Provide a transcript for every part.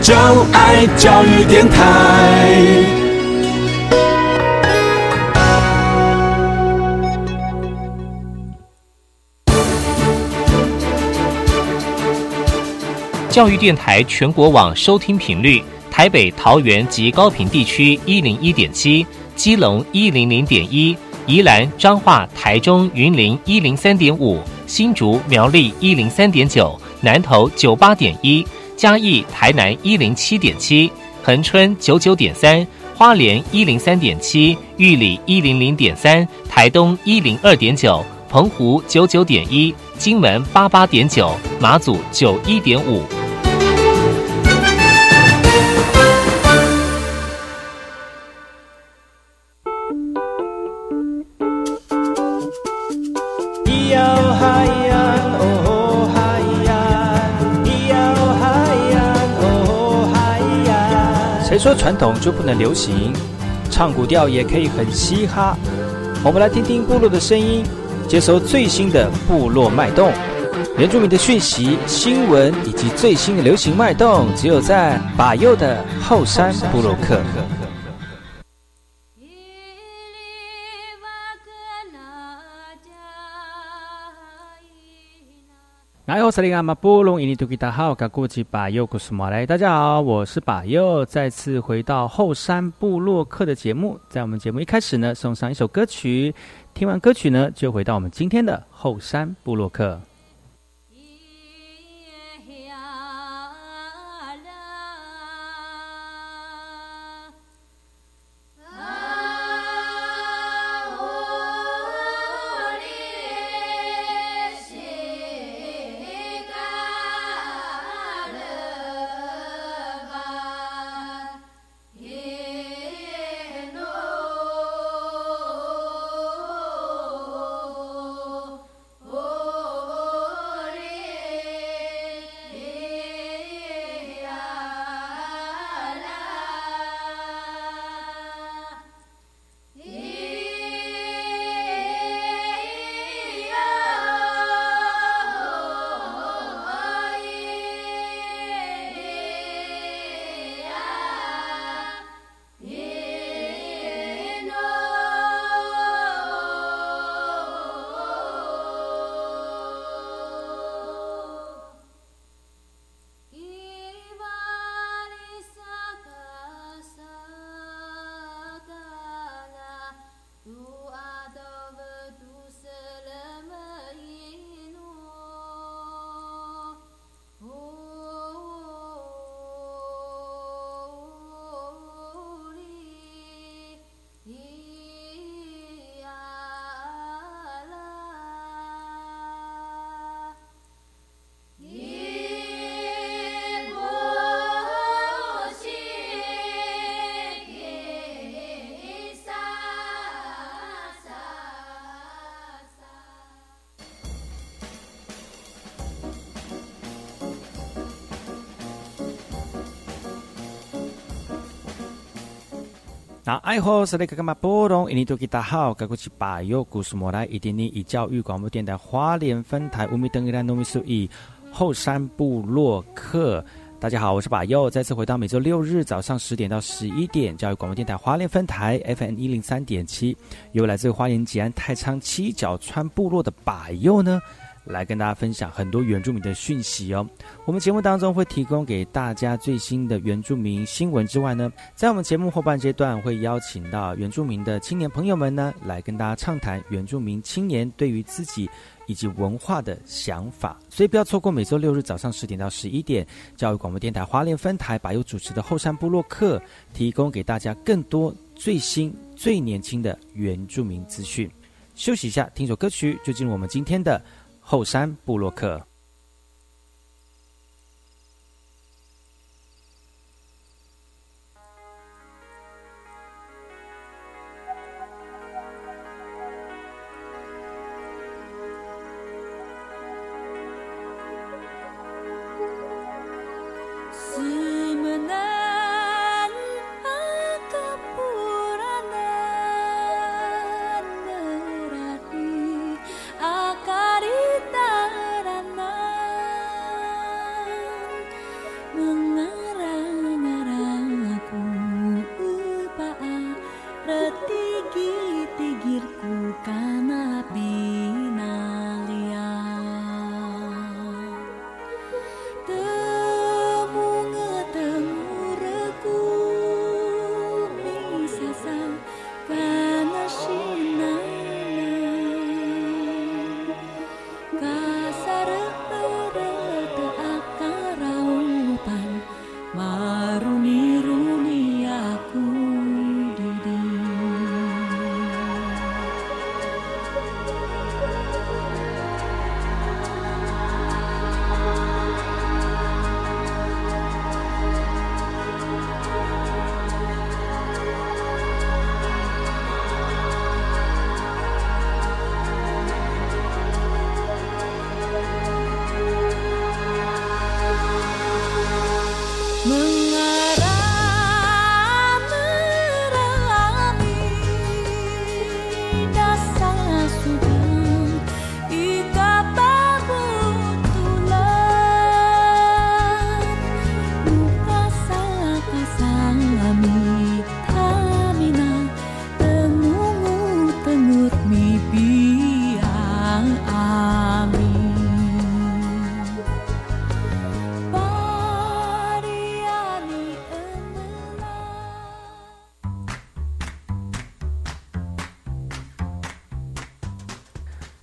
就爱教育电台。 教育电台全国网收听频率：台北、桃园及高屏地区101.7，基隆100.1，宜兰、彰化、台中、云林103.5，新竹、苗栗103.9，南投98.1，嘉义、台南107.7，恒春99.3，花莲103.7，玉里100.3，台东102.9，澎湖99.1，金门88.9，马祖91.5。 谁说传统就不能流行？唱古调也可以很嘻哈。我们来听听部落的声音，接收最新的部落脉动、原住民的讯息、新闻以及最新的流行脉动，只有在把右的后山部落客。大家好，我是把右，再次回到后山部落客的节目。在我们节目一开始呢，送上一首歌曲，听完歌曲呢，就回到我们今天的后山部落客。那爱好是那个干嘛波动？印尼多吉大好，该过去把右古苏莫来一点点以教育广播电台花莲分台乌米登伊兰诺米苏以后山部落客。大家好，我是把右，再次回到每周六日早上10点到11点，教育广播电台花莲分台 FM 103.7，由来自花莲吉安太仓七角川部落的把右呢，来跟大家分享很多原住民的讯息哦。我们节目当中会提供给大家最新的原住民新闻之外呢，在我们节目后半阶段会邀请到原住民的青年朋友们呢，来跟大家畅谈原住民青年对于自己以及文化的想法。所以不要错过每周六日早上10点到11点，教育广播电台花莲分台把右主持的后山部落客，提供给大家更多最新最年轻的原住民资讯。休息一下，听首歌曲，就进入我们今天的后山部落客。 Akarita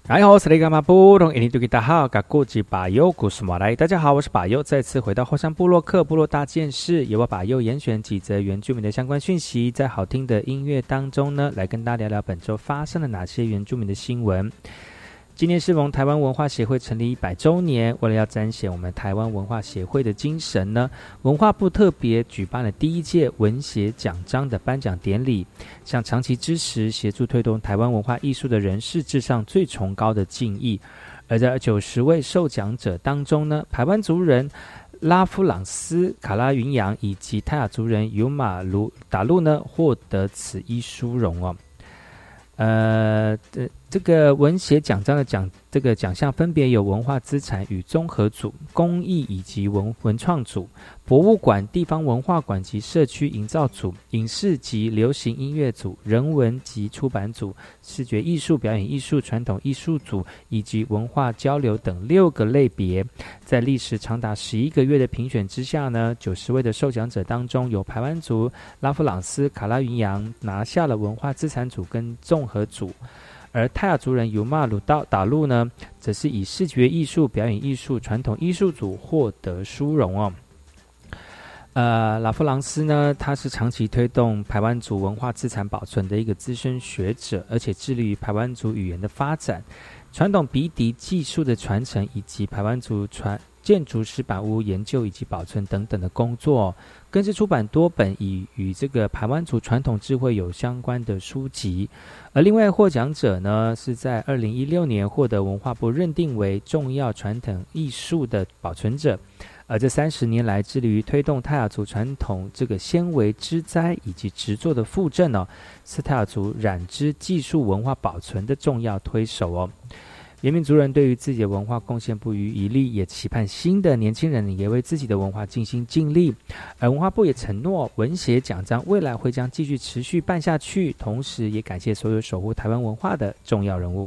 大家好，我是把佑，再次回到后山部落客部落大件事，由我把佑严选几则原住民的相关讯息，在好听的音乐当中呢，来跟大家聊聊本周发生了哪些原住民的新闻。今年适逢台湾文化协会成立100周年，为了要彰显我们台湾文化协会的精神呢，文化部特别举办了第1届文协奖章的颁奖典礼，向长期支持协助推动台湾文化艺术的人士致上最崇高的敬意。而在90位受奖者当中呢，排湾族人拉夫朗斯、卡拉云扬以及泰雅族人尤马卢达路呢，获得此一殊荣哦。这个文协奖章的这个奖项分别有文化资产与综合组、公益以及文创组、博物馆、地方文化馆及社区营造组、影视及流行音乐组、人文及出版组、视觉艺术、表演艺术、传统艺术组以及文化交流等6个类别。在历时长达11个月的评选之下呢，90位的受奖者当中，有排湾族拉夫朗斯、卡拉云扬拿下了文化资产组跟综合组。而泰雅族人尤马鲁达路呢，则是以视觉艺术、表演艺术、传统艺术组获得殊荣哦。拉夫朗斯呢，他是长期推动排湾族文化资产保存的一个资深学者，而且致力于排湾族语言的发展、传统鼻笛技术的传承，以及排湾族建筑石板屋研究以及保存等等的工作，更是出版多本与这个排湾族传统智慧有相关的书籍。而另外获奖者呢，是在2016年获得文化部认定为重要传统艺术的保存者，而这30年来致力于推动泰雅族传统这个纤维织栽以及制作的复振哦，是泰雅族染织技术文化保存的重要推手哦。原民族人对于自己的文化贡献不遗余力，也期盼新的年轻人也为自己的文化尽心尽力。而文化部也承诺文协奖章未来会将继续持续办下去，同时也感谢所有守护台湾文化的重要人物。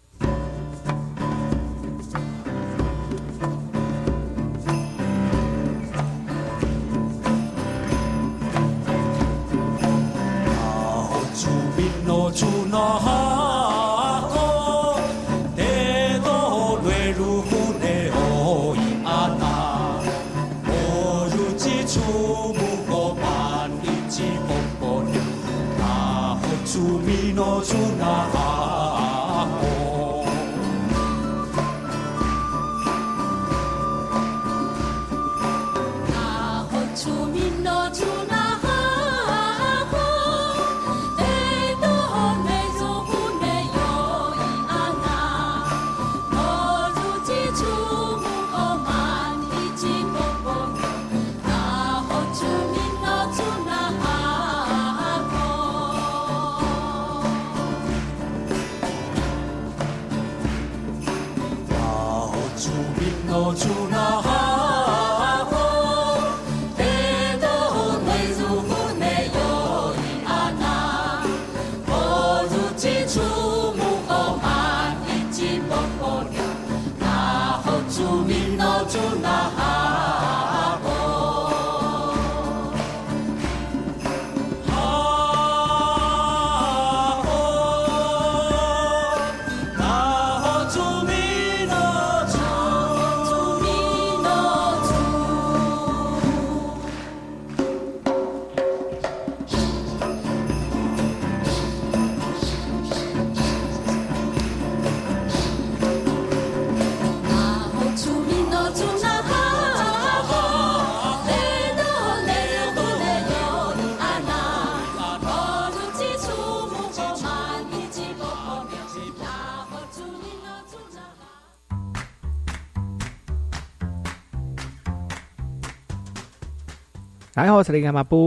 大家好，我是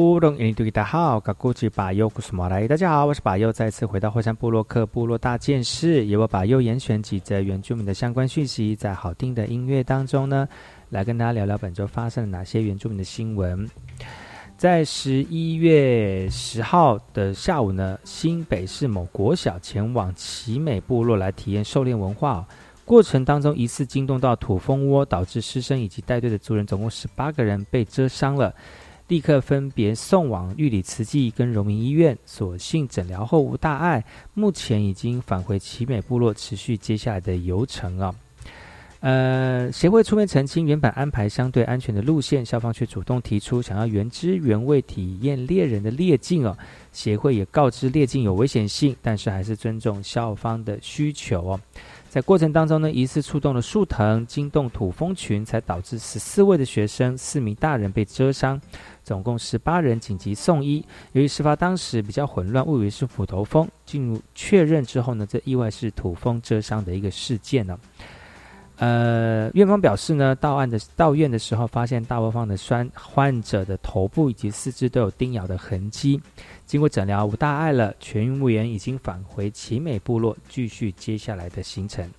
把佑，再次回到后山部落客部落大件事，由我把佑严选几则原住民的相关讯息，在好听的音乐当中呢，来跟大家聊聊本周发生了哪些原住民的新闻。在11月10号的下午呢，新北市某国小前往奇美部落来体验狩猎文化，过程当中疑似惊动到土蜂窝，导致师生以及带队的族人总共18个人被蛰伤了。 立刻分别送往玉里慈济跟荣民医院，所幸诊疗后无大碍，目前已经返回奇美部落，持续接下来的游程啊。协会出面澄清，原本安排相对安全的路线，校方却主动提出想要原汁原味体验猎人的猎境哦。协会也告知猎境有危险性，但是还是尊重校方的需求哦。在过程当中呢，疑似触动了树藤，惊动土蜂群，才导致14位的学生、4名大人被蛰伤，总共18人紧急送医。由于事发当时比较混乱，误以为是虎头蜂，进入确认之后呢，这意外是土蜂蛰伤的一个事件呢。院方表示呢，到院的时候发现大窝蜂的患者的头部以及四肢都有叮咬的痕迹，经过诊疗无大碍了，全运务员已经返回奇美部落，继续接下来的行程。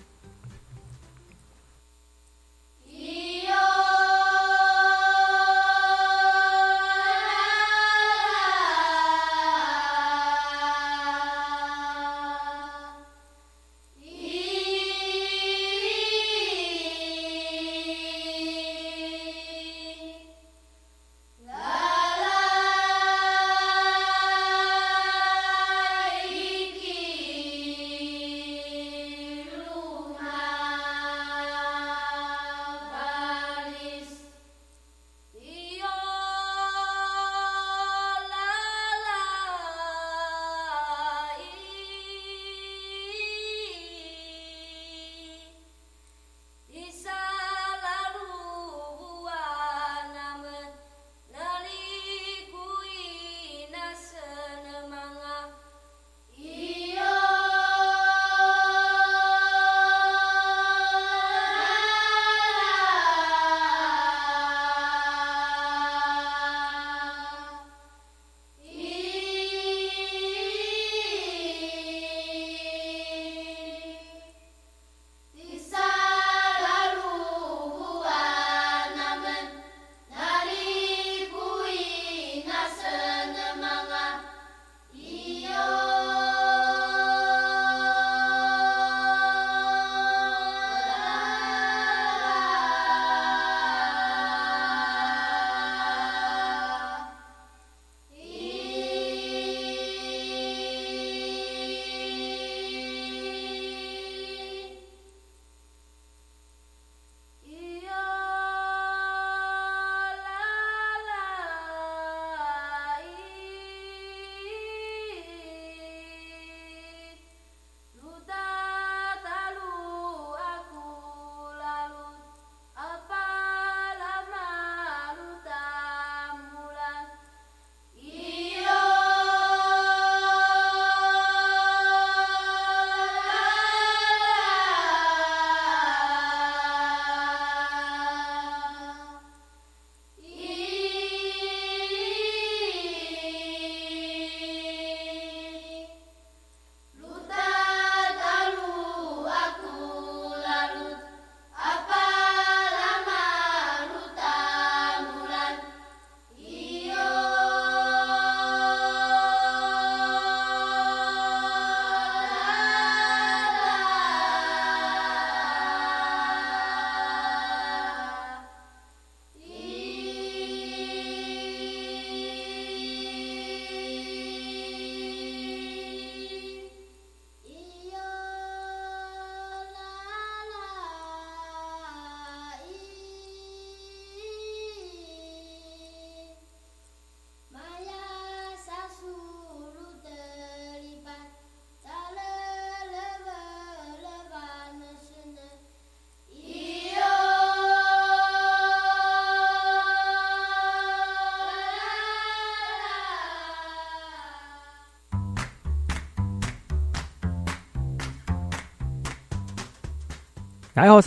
大家好，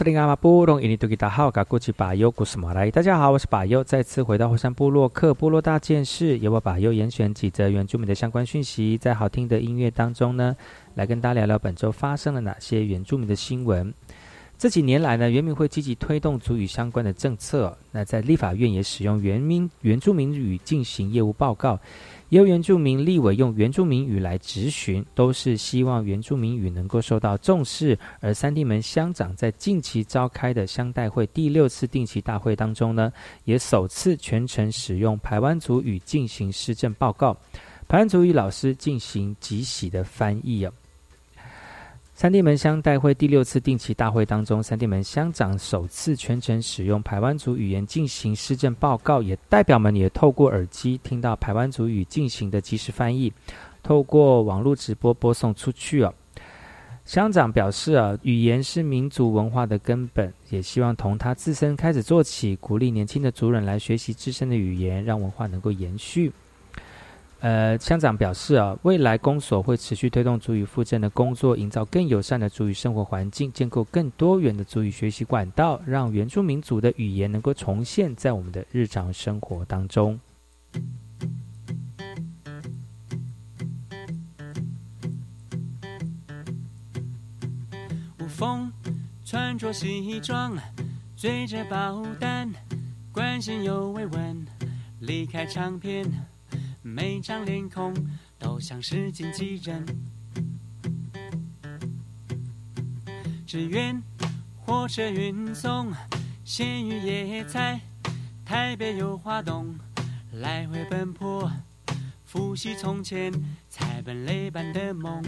我是巴优，再次回到后山部落客部落大件事，由我巴优严选几则原住民的相关讯息，在好听的音乐当中呢，来跟大家聊聊本周发生了哪些原住民的新闻。这几年来呢，原民会积极推动族语相关的政策，那在立法院也使用原住民语进行业务报告， 也有原住民立委用原住民语来质询，都是希望原住民语能够受到重视。而三地门乡长在近期召开的乡代会第6次定期大会当中呢，也首次全程使用排湾族语进行施政报告，排湾族语老师进行即席的翻译啊。三地门乡代会第6次定期大会当中，三地门乡长首次全程使用排湾族语言进行施政报告，也代表们也透过耳机听到排湾族语进行的即时翻译，透过网络直播播送出去啊。乡长表示啊，语言是民族文化的根本，也希望从他自身开始做起，鼓励年轻的族人来学习自身的语言，让文化能够延续。乡长表示啊，未来公所会持续推动族语复振的工作，营造更友善的族语生活环境，建构更多元的族语学习管道，让原住民族的语言能够重现在我们的日常生活当中。 吴峰穿着西装，追着保单，关心又慰问，离开唱片，每张脸孔都像是经纪人。支援火车运送鲜鱼野菜，台北有花东，来回奔波，复习从前踩本垒板的梦。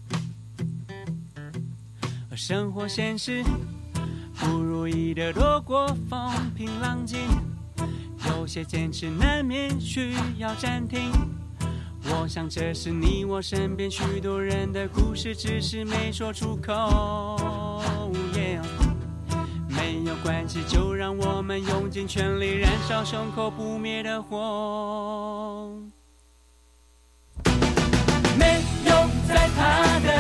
而生活现实不如意的多过风平浪静，有些坚持难免需要暂停。我想这是你我身边许多人的故事，只是没说出口、没有关系，就让我们用尽全力燃烧胸口不灭的火。没有在怕的，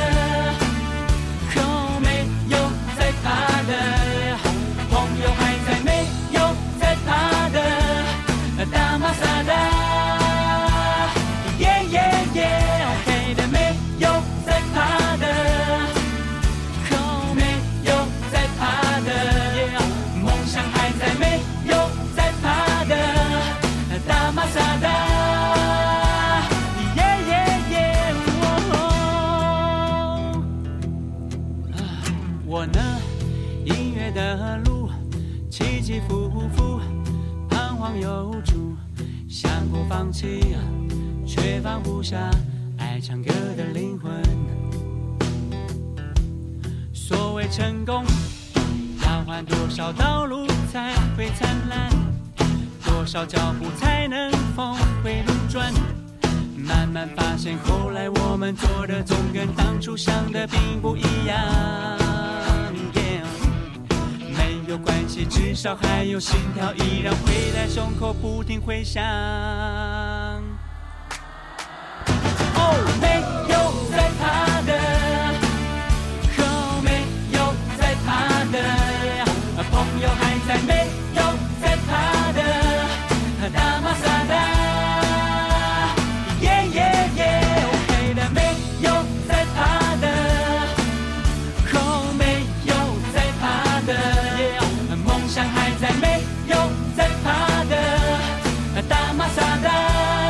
没有在怕的，朋友还在，没有在怕的，大马萨达，耶耶耶 ，OK 的，没有在怕的，没有在怕的，梦想还在，没有在怕的，大马萨达，耶耶耶，我呢？音乐的路起起伏伏，彷徨有助，想过放弃，却放不下爱唱歌的灵魂。所谓成功，要换多少道路才会灿烂，多少脚步才能峰回路转。慢慢发现，后来我们做的总跟当初想的并不一样。没有关系，至少还有心跳依然会在胸口不停回响。没有在怕的，没有在怕的，朋友还在，没有在怕的，大马萨达，耶耶耶 ，OK 的，没有在怕的，没有在怕的，梦想还在，没有在怕的，大马萨达。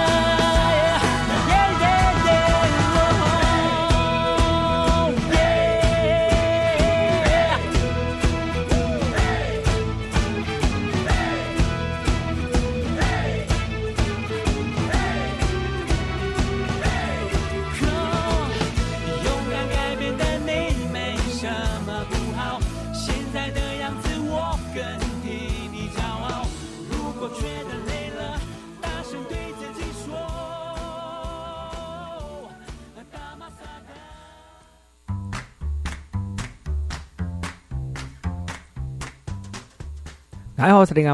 大家好，我是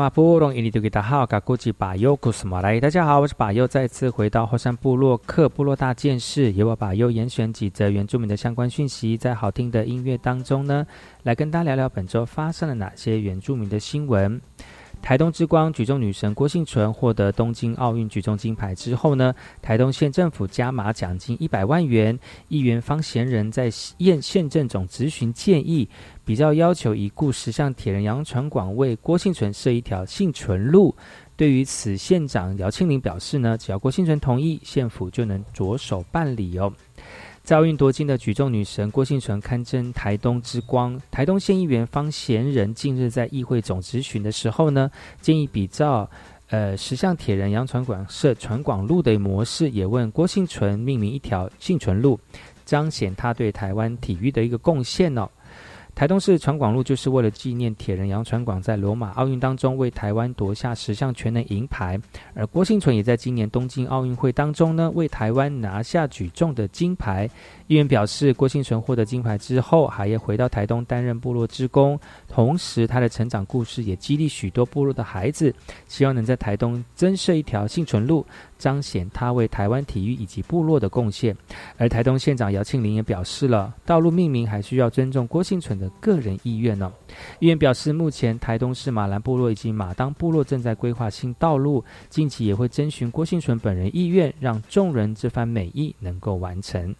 把佑，再次回到后山部落客部落大件事，由我把佑严选几则原住民的相关讯息，在好听的音乐当中呢，来跟大家聊聊本周发生了哪些原住民的新闻。 台东之光举重女神郭婞淳获得东京奥运举重金牌之后呢，台东县政府加码奖金100万元，议员方贤仁在县政总质询建议，比较要求已故10项铁人杨传广为郭婞淳设一条幸存路。对于此，县长姚庆龄表示呢，只要郭婞淳同意，县府就能着手办理哦。在奥运夺金的举重女神郭婞淳堪称台东之光。台东县议员方贤仁近日在议会总质询的时候呢，建议比照10项铁人杨传广设传广路的模式，也问郭婞淳命名一条幸存路，彰显他对台湾体育的一个贡献哦。台东市传广路就是为了纪念铁人杨传广在罗马奥运当中为台湾夺下10项全能银牌，而郭婞淳也在今年东京奥运会当中呢，为台湾拿下举重的金牌。议员表示，郭婞淳获得金牌之后，还要回到台东担任部落志工，同时他的成长故事也激励许多部落的孩子，希望能在台东增设一条幸存路，彰显他为台湾体育以及部落的贡献。而台东县长姚庆龄也表示了，道路命名还需要尊重郭婞淳的个人意愿哦。议员表示，目前台东市马兰部落以及马当部落正在规划新道路，近期也会征询郭婞淳本人意愿，让众人这番美意能够完成。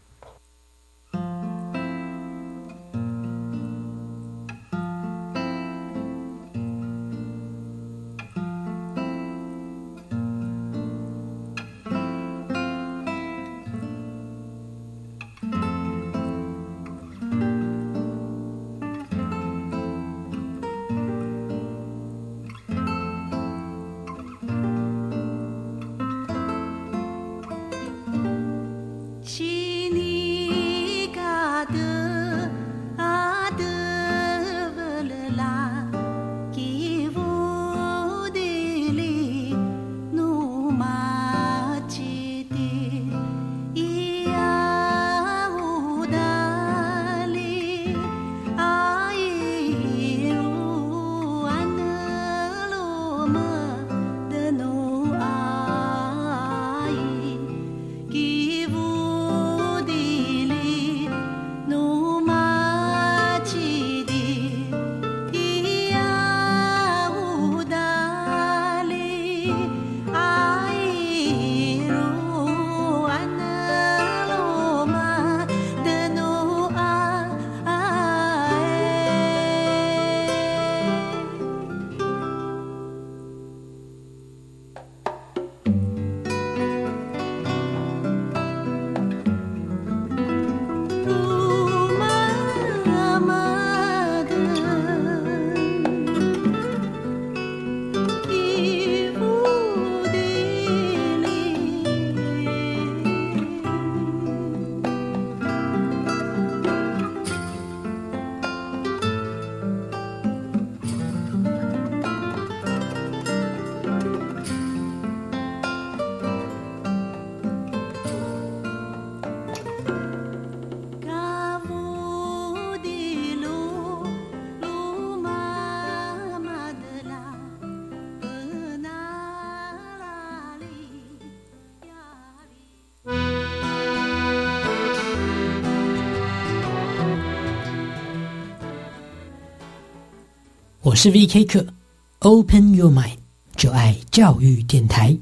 我是 VK 课 Open Your Mind， 就爱教育电台。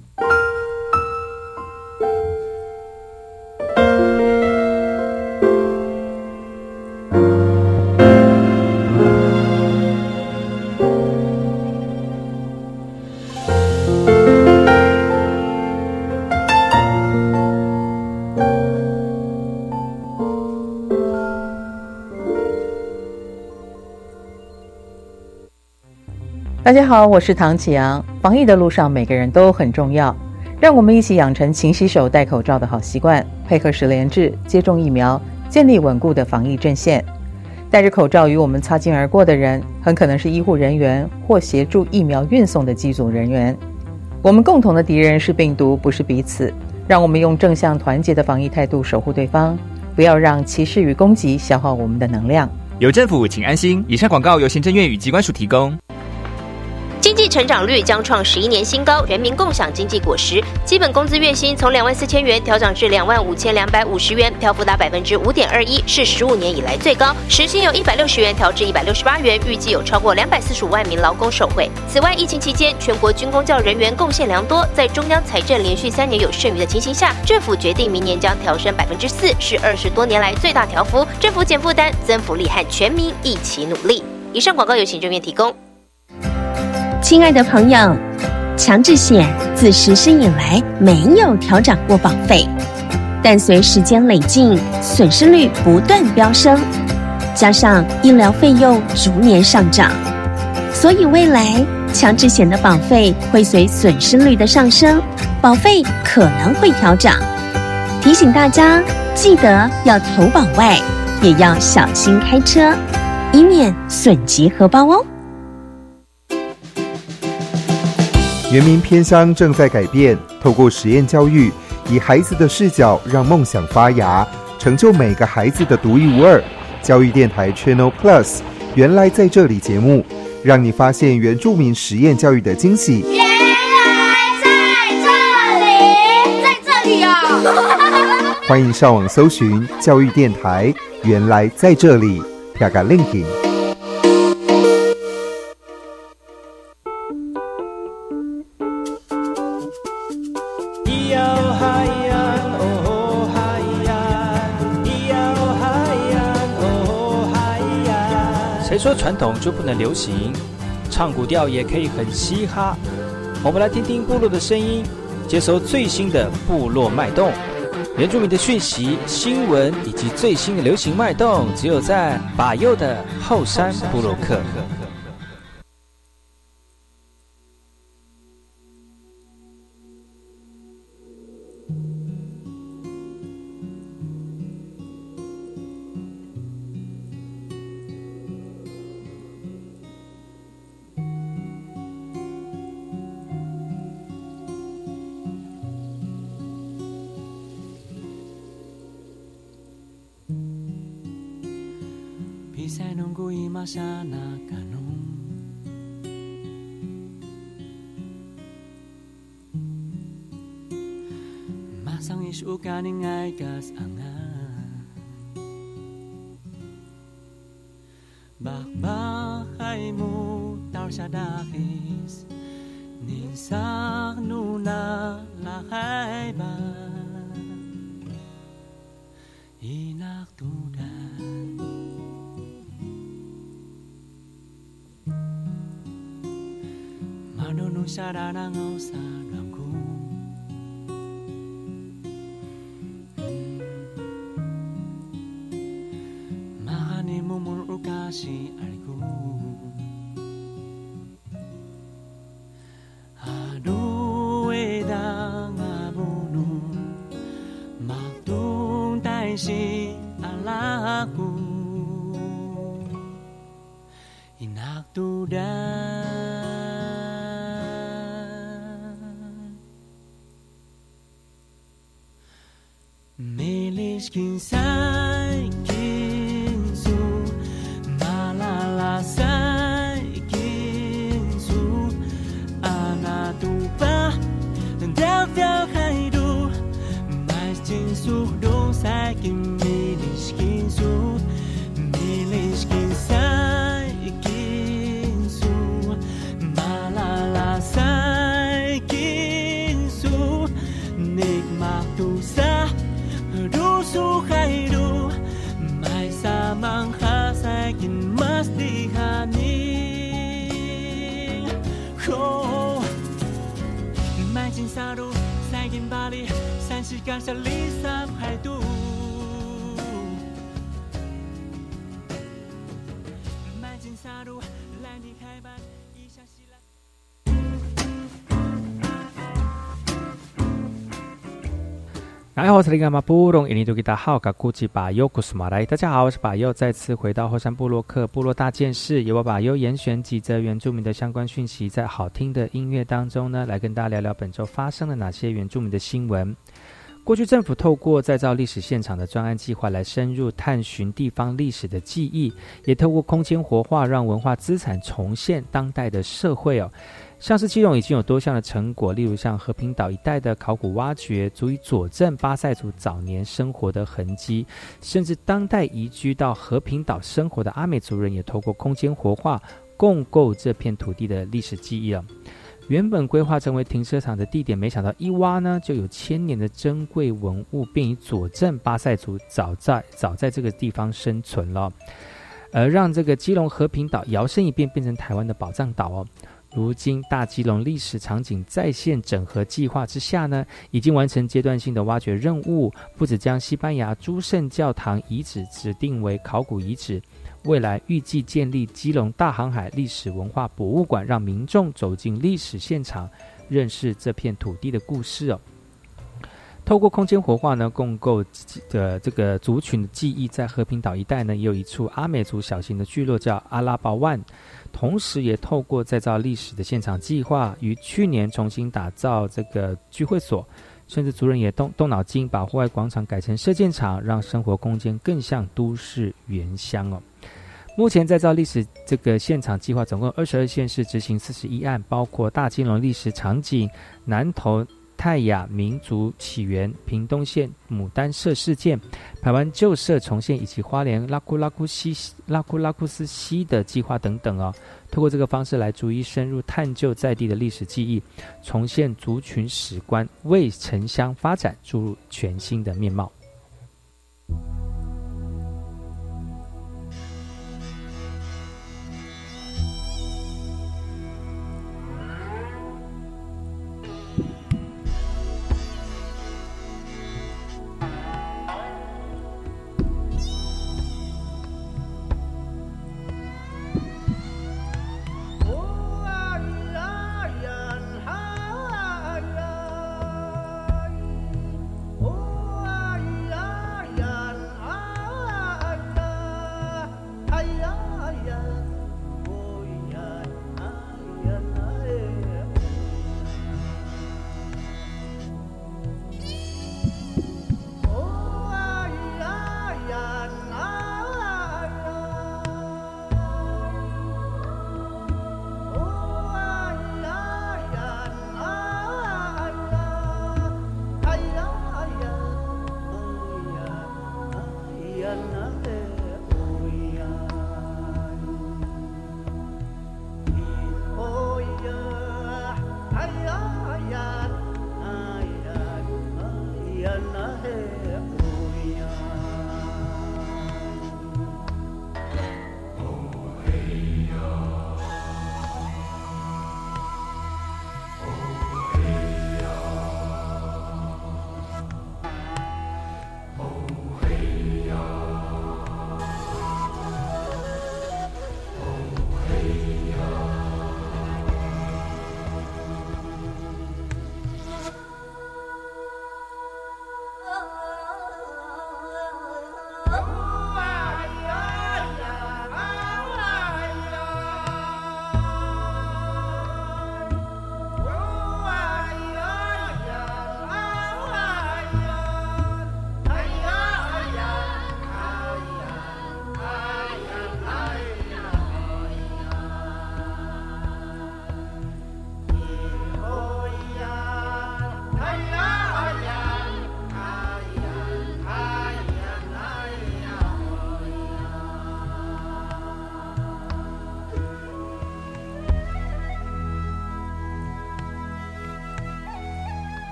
大家好，我是唐启阳。防疫的路上，每个人都很重要，让我们一起养成勤洗手、戴口罩的好习惯，配合10连制接种疫苗，建立稳固的防疫阵线。戴着口罩与我们擦肩而过的人，很可能是医护人员或协助疫苗运送的机组人员。我们共同的敌人是病毒，不是彼此。让我们用正向团结的防疫态度守护对方，不要让歧视与攻击消耗我们的能量。 有政府，请安心。以上广告由行政院与疾管署提供。 经济成长率将创11年新高，人民共享经济果实。基本工资月薪从24000元调涨至25250元，漂浮达5.21%，是15年以来最高。时薪由160元调至168元，预计有超过245万名劳工受惠。此外，疫情期间全国军公教人员贡献良多，在中央财政连续3年有剩余的情形下，政府决定明年将调升4%，是20多年来最大调幅。政府减负担、增福利和全民一起努力。以上广告由行政院提供。 亲爱的朋友，强制险自实施以来没有调涨过保费，但随时间累进，损失率不断飙升，加上医疗费用逐年上涨，所以未来强制险的保费会随损失率的上升，保费可能会调涨。提醒大家，记得要投保外，也要小心开车，以免损及荷包哦。 原民偏乡正在改变，透过实验教育，以孩子的视角让梦想发芽，成就每个孩子的独一无二。教育电台 Channel Plus 原来在这里节目，让你发现原住民实验教育的惊喜。 原来在这里哦！ 欢迎上网搜寻教育电台，原来在这里。啪个 link。 谁说传统就不能流行？唱古调也可以很嘻哈。我们来听听部落的声音，接收最新的部落脉动、原住民的讯息、新闻以及最新的流行脉动，只有在把右的后山部落客。 Pisay nung kuima sa nakanong Masang isu kaning ay kas angan Bakbakay mo tar sa dakis Ninsak nuna lakay ba Inaktudan Manunong siya ranangaw sa langko Mahani mo muro kasi ariko Ado edang abono Magtung tayo si alaku Inaktudan Kinsay kinsu malalasay kinsu anatupa delta kaidu mais kinsu do sai kimilis kinsu milis kinsay kinsu malalasay kinsu nikmatusa Dusu khaidu mai samang khasakin mas dihani Ko mai jin saru sakin bali san shikan shali sam khaidu mai jin saru lan di khai ban isha shila 大家好，我是把右，再次回到后山部落客部落大件事，由我把右严选几则原住民的相关讯息，在好听的音乐当中呢，来跟大家聊聊本周发生了哪些原住民的新闻。 过去政府透过再造历史现场的专案计划来深入探寻地方历史的记忆，也透过空间活化让文化资产重现当代的社会哦。像是基隆已经有多项的成果，例如像和平岛一带的考古挖掘，足以佐证巴塞族早年生活的痕迹，甚至当代移居到和平岛生活的阿美族人也透过空间活化共构这片土地的历史记忆了。原本规划成为停车场的地点，没想到一挖呢，就有1000年的珍贵文物，便以佐证巴塞族早在这个地方生存了，而让这个基隆和平岛摇身一变，变成台湾的宝藏岛哦。如今大基隆历史场景再现整合计划之下呢，已经完成阶段性的挖掘任务，不只将西班牙诸圣教堂遗址指定为考古遗址，未来预计建立基隆大航海历史文化博物馆，让民众走进历史现场，认识这片土地的故事哦。透过空间活化呢，共构的这个族群的记忆，在和平岛一带呢，也有一处阿美族小型的聚落叫阿拉巴万，同时也透过再造历史的现场计划，于去年重新打造这个聚会所，甚至族人也动脑筋，把户外广场改成射箭场，让生活空间更像都市原乡哦。目前再造历史这个现场计划总共22县市执行41案，包括大基隆历史场景、南投泰雅民族起源、屏东县牡丹社事件、台湾旧社重现以及花莲拉库拉库斯溪的计划等等哦。透过这个方式来逐一深入探究在地的历史记忆，重现族群史观，为城乡发展注入全新的面貌。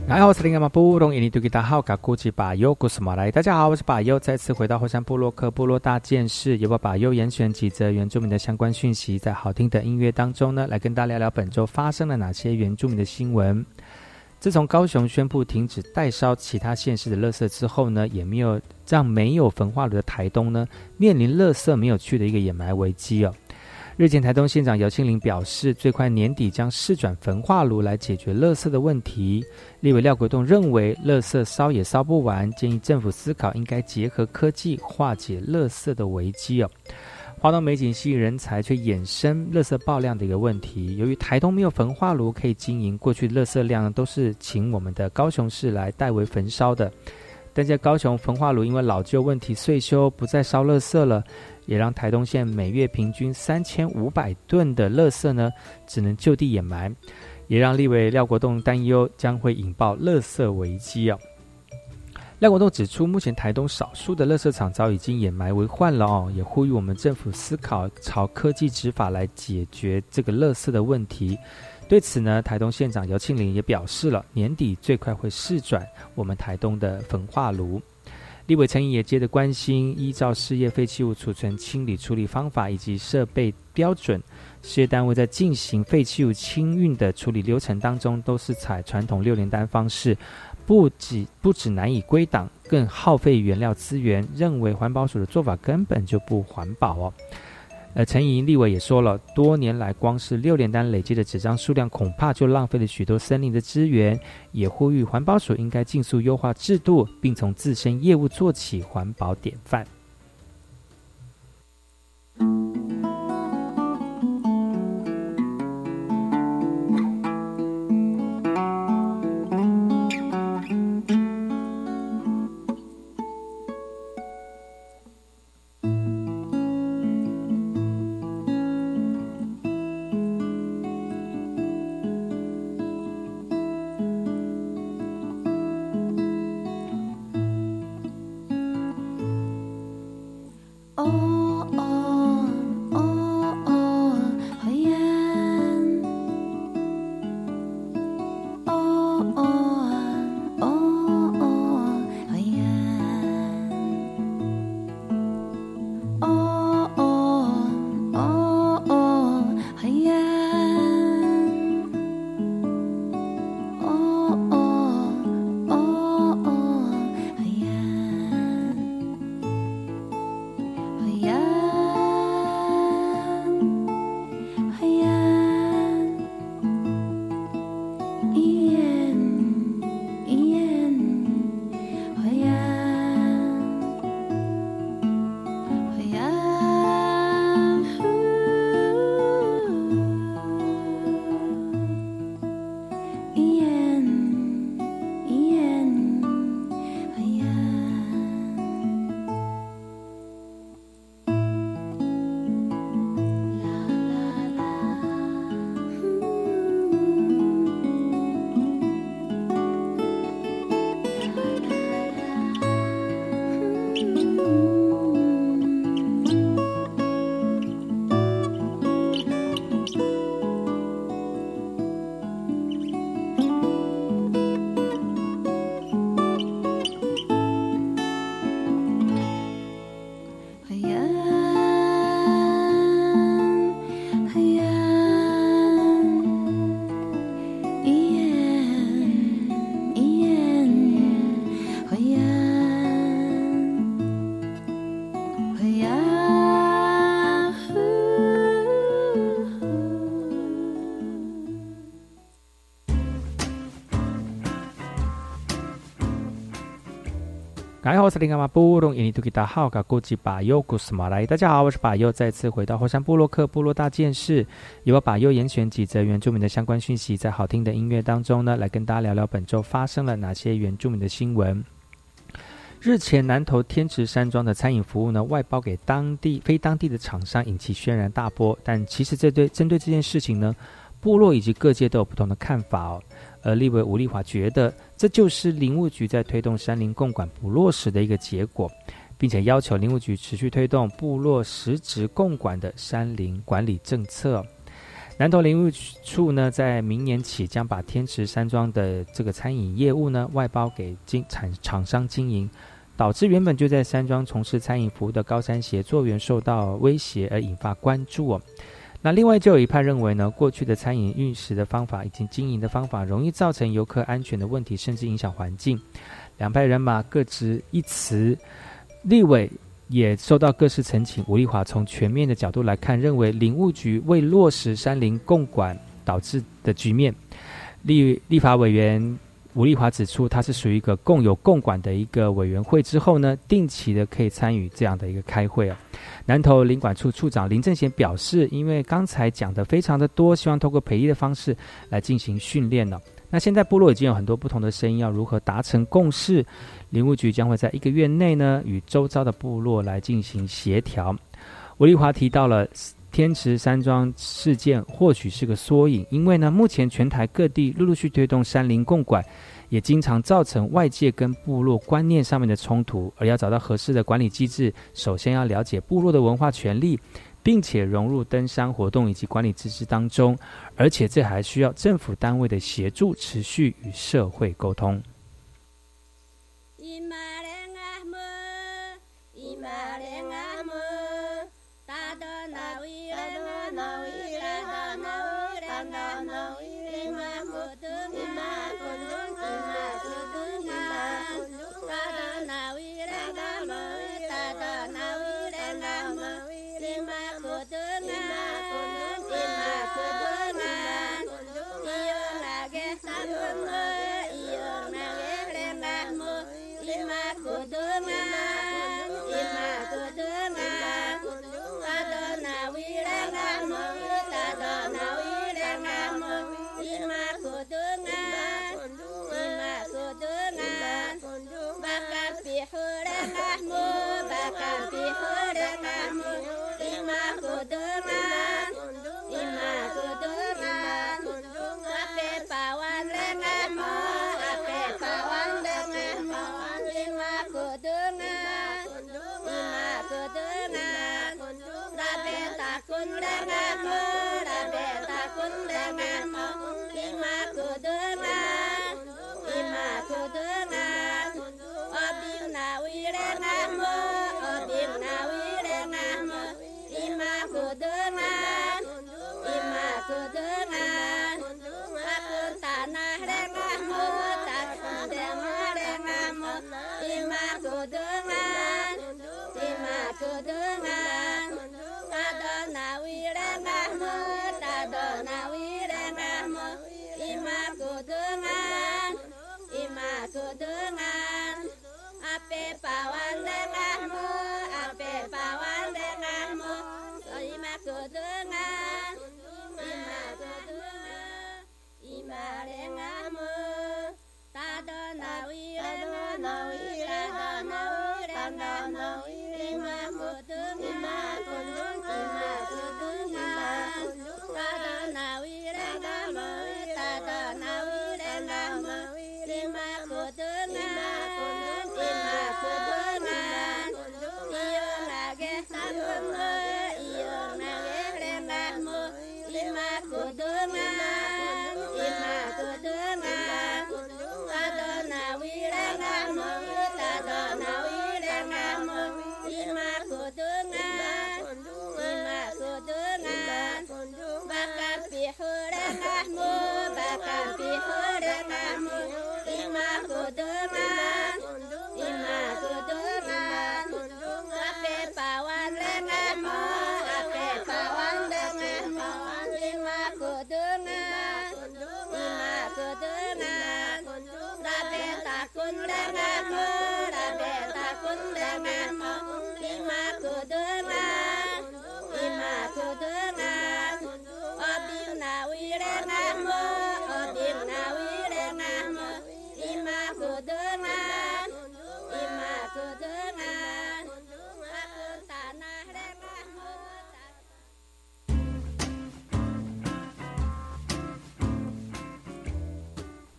大家好，我是把优，再次回到后山部落客部落大件事，由我把优严选几则原住民的相关讯息，在好听的音乐当中呢，来跟大家聊聊本周发生了哪些原住民的新闻。自从高雄宣布停止代烧其他县市的垃圾之后呢，也没有让没有焚化炉的台东呢，面临垃圾没有去的一个掩埋危机哦。日前台东县长姚庆玲表示，最快年底将释转焚化炉来解决垃圾的问题。立委廖国栋认为，垃圾烧也烧不完，建议政府思考应该结合科技化解垃圾的危机哦。花东美景吸引人才，却衍生垃圾爆量的一个问题。由于台东没有焚化炉可以经营，过去垃圾量都是请我们的高雄市来代为焚烧的。但在高雄焚化炉因为老旧问题岁修，不再烧垃圾了，也让台东县每月平均3500吨的垃圾呢，只能就地掩埋，也让立委廖国栋担忧将会引爆垃圾危机哦。廖国栋指出，目前台东少数的垃圾场早已经掩埋为患了哦，也呼吁我们政府思考朝科技执法来解决这个垃圾的问题。对此呢，台东县长姚庆玲也表示了，年底最快会释转我们台东的焚化炉。立委陈颖也接着关心，依照事业废弃物储存清理处理方法以及设备标准，事业单位在进行废弃物清运的处理流程当中，都是采传统6连单方式，不只难以归档，更耗费原料资源，认为环保署的做法根本就不环保哦。陈颖立委也说了，多年来光是6连单累积的纸张数量，恐怕就浪费了许多森林的资源，也呼吁环保署应该尽速优化制度，并从自身业务做起环保典范。大家好，我是把优，再次回到后山部落客部落大件事，由我把优严选几则原住民的相关讯息，在好听的音乐当中呢，来跟大家聊聊本周发生了哪些原住民的新闻。日前南投天池山庄的餐饮服务呢，外包给非当地的厂商，引起轩然大波。但其实针对这件事情呢，部落以及各界都有不同的看法哦。而立委吴丽华觉得，这就是林务局在推动山林共管不落实的一个结果，并且要求林务局持续推动部落实质共管的山林管理政策。 南投林务处呢，在明年起将把天池山庄的这个餐饮业务呢外包给厂商经营，导致原本就在山庄从事餐饮服务的高山协作员受到威胁，而引发关注哦。那另外就有一派认为呢，过去的餐饮运食的方法以及经营的方法，容易造成游客安全的问题，甚至影响环境。两派人马各执一词，立委也受到各式陈情。吴丽华从全面的角度来看，认为林务局未落实山林共管导致的局面。立法委员吴丽华指出，它是属于一个共有共管的一个委员会，之后呢，定期的可以参与这样的一个开会啊。南投林管处处长林正贤表示，因为刚才讲的非常的多，希望透过培力的方式来进行训练了。那现在部落已经有很多不同的声音，要如何达成共识？林务局将会在1个月内呢，与周遭的部落来进行协调。吴丽华提到了天池山庄事件或许是个缩影，因为呢，目前全台各地陆续推动山林共管，也经常造成外界跟部落观念上面的冲突，而要找到合适的管理机制，首先要了解部落的文化权利，并且融入登山活动以及管理机制当中，而且这还需要政府单位的协助，持续与社会沟通。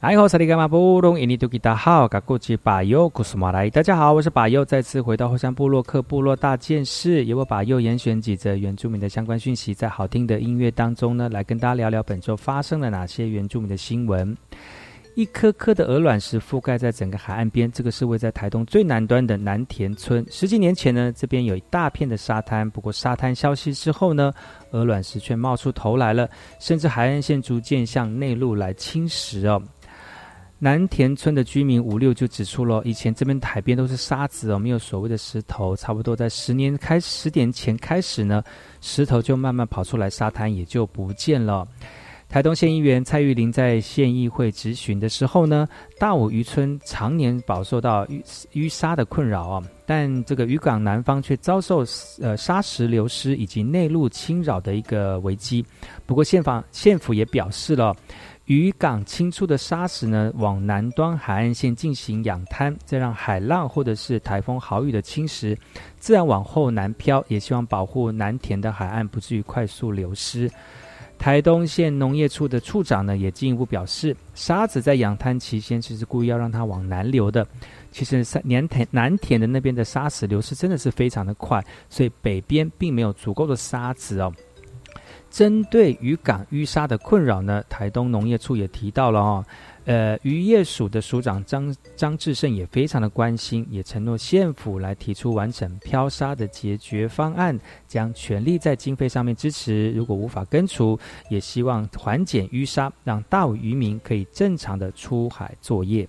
哎吼，萨利伽马布隆印尼多吉达好，嘎古吉巴尤古苏马来，大家好，我是巴尤，再次回到后山部落克部落大件事，由我巴尤严选几则原住民的相关讯息，在好听的音乐当中呢，来跟大家聊聊本周发生了哪些原住民的新闻。一颗颗的鹅卵石覆盖在整个海岸边，这个是位在台东最南端的南田村。10几年前呢，这边有一大片的沙滩，不过沙滩消失之后呢，鹅卵石却冒出头来了，甚至海岸线逐渐向内陆来侵蚀哦。南田村的居民56就指出了，以前这边海边都是沙子哦，没有所谓的石头，差不多在10年前开始呢，石头就慢慢跑出来，沙滩也就不见了。台东县议员蔡玉玲在县议会质询的时候呢，大武渔村常年饱受到淤沙的困扰啊，但这个渔港南方却遭受沙石流失以及内陆侵扰的一个危机。不过县府也表示了，渔港清出的沙石呢，往南端海岸线进行养滩，再让海浪或者是台风豪雨的侵蚀，自然往后南漂，也希望保护南田的海岸不至于快速流失。台东县农业处的处长呢，也进一步表示，沙子在养滩期间其实故意要让它往南流的。其实南田的那边的沙石流失真的是非常的快，所以北边并没有足够的沙子哦。针对渔港淤沙的困扰呢，台东农业处也提到了哦。渔业署的署长张志胜也非常的关心，也承诺县府来提出完整漂沙的解决方案，将全力在经费上面支持，如果无法根除，也希望缓解淤沙，让大武渔民可以正常的出海作业。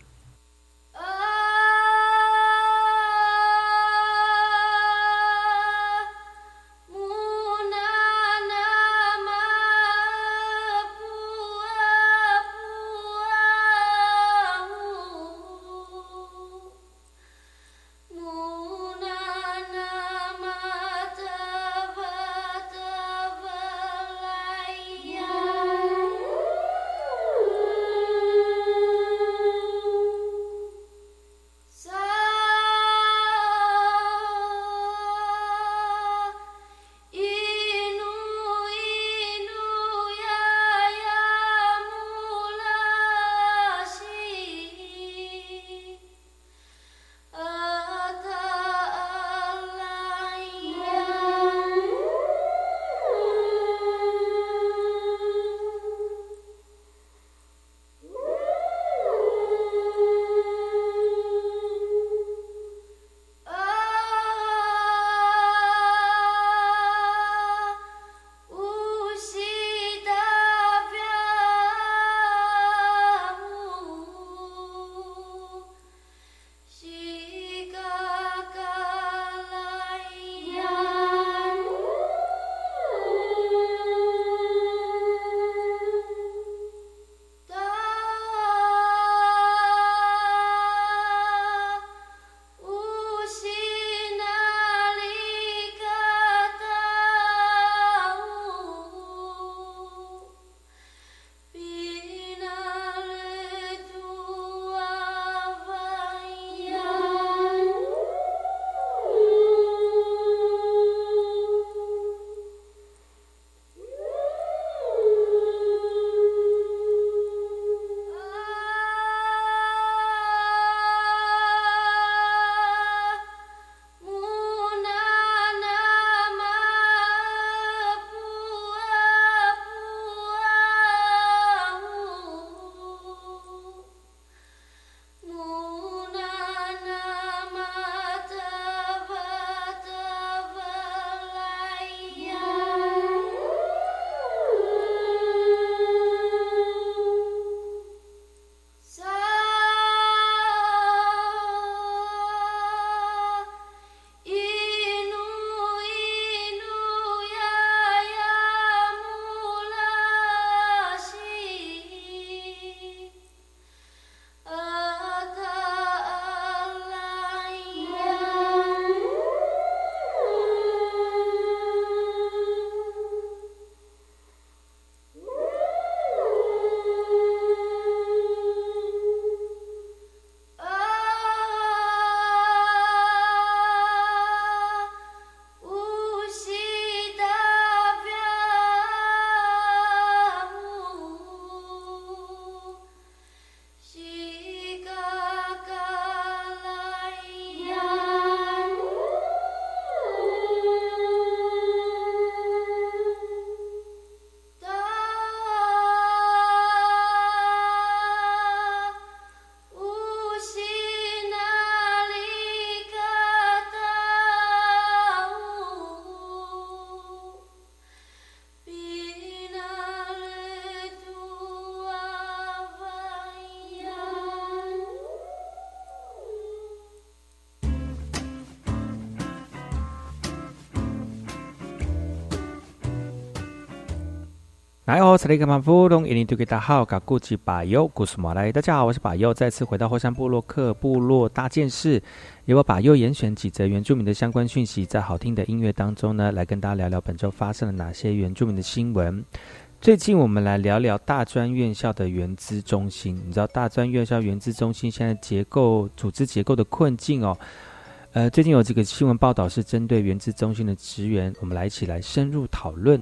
来哦，这里干嘛不懂？印尼对给大家好，嘎古吉巴尤，古苏马来，大家好，我是巴尤，再次回到后山部落克部落大件事，由我巴尤严选几则原住民的相关讯息，在好听的音乐当中呢，来跟大家聊聊本周发生了哪些原住民的新闻。最近我们来聊聊大专院校的原资中心，你知道大专院校原资中心现在组织结构的困境哦。最近有这个新闻报道是针对原资中心的职员，我们来一起来深入讨论。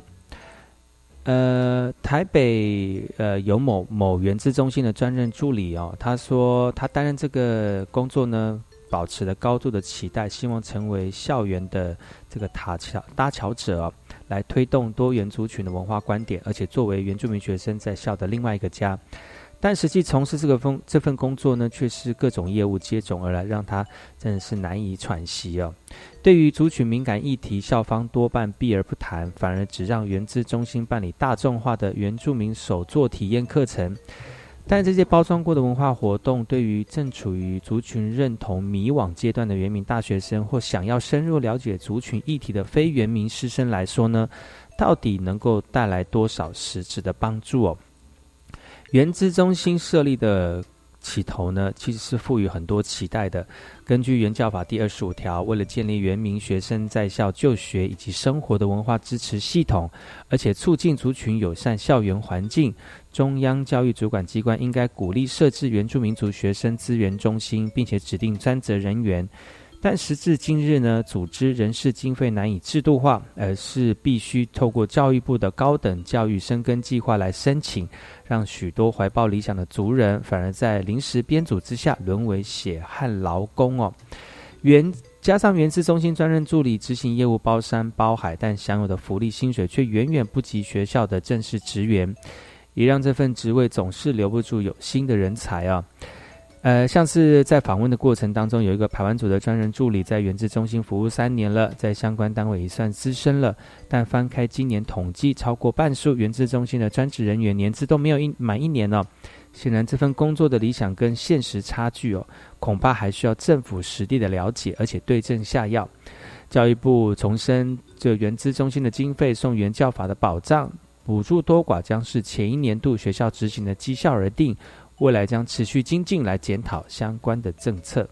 台北有某原资中心的专任助理哦，他说他担任这个工作呢，保持了高度的期待，希望成为校园的这个搭桥者哦，来推动多元族群的文化观点，而且作为原住民学生在校的另外一个家。但实际从事这份工作呢，却是各种业务接踵而来，让他真的是难以喘息哦。对于族群敏感议题，校方多半避而不谈，反而只让原资中心办理大众化的原住民手作体验课程。但这些包装过的文化活动，对于正处于族群认同迷惘阶段的原民大学生，或想要深入了解族群议题的非原民师生来说呢，到底能够带来多少实质的帮助哦？原资中心设立的起头呢，其实是赋予很多期待的。根据原教法第25条，为了建立原民学生在校就学以及生活的文化支持系统，而且促进族群友善校园环境，中央教育主管机关应该鼓励设置原住民族学生资源中心，并且指定专责人员。但时至今日呢，组织人事经费难以制度化，而是必须透过教育部的高等教育深耕计划来申请，让许多怀抱理想的族人反而在临时编组之下沦为血汗劳工哦。加上原资中心专任助理执行业务包山包海，但享有的福利薪水却远远不及学校的正式职员，也让这份职位总是留不住有心的人才啊。像是在访问的过程当中，有一个排湾族的专人助理在原资中心服务3年了，在相关单位也算资深了，但翻开今年统计，超过半数原资中心的专职人员年资都没有满1年哦。显然这份工作的理想跟现实差距哦，恐怕还需要政府实地的了解，而且对症下药。教育部重申，这原资中心的经费送原教法的保障，补助多寡将是前一年度学校执行的绩效而定，未来将持续精进来检讨相关的政策。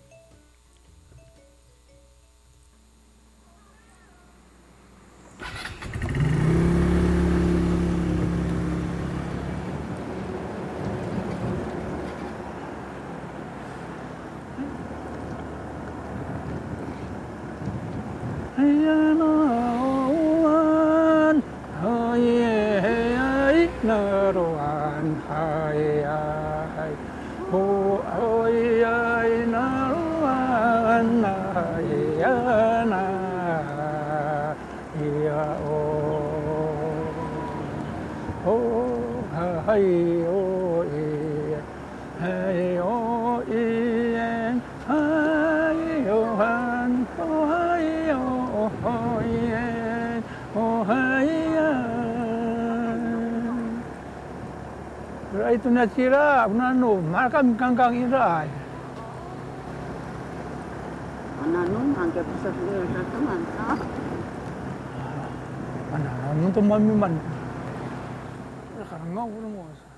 Itu na sira, unano, makam kangkang irai. Anano, angke pusat dia teman, ah. Anano, untuk mami man. Karena ngau mo.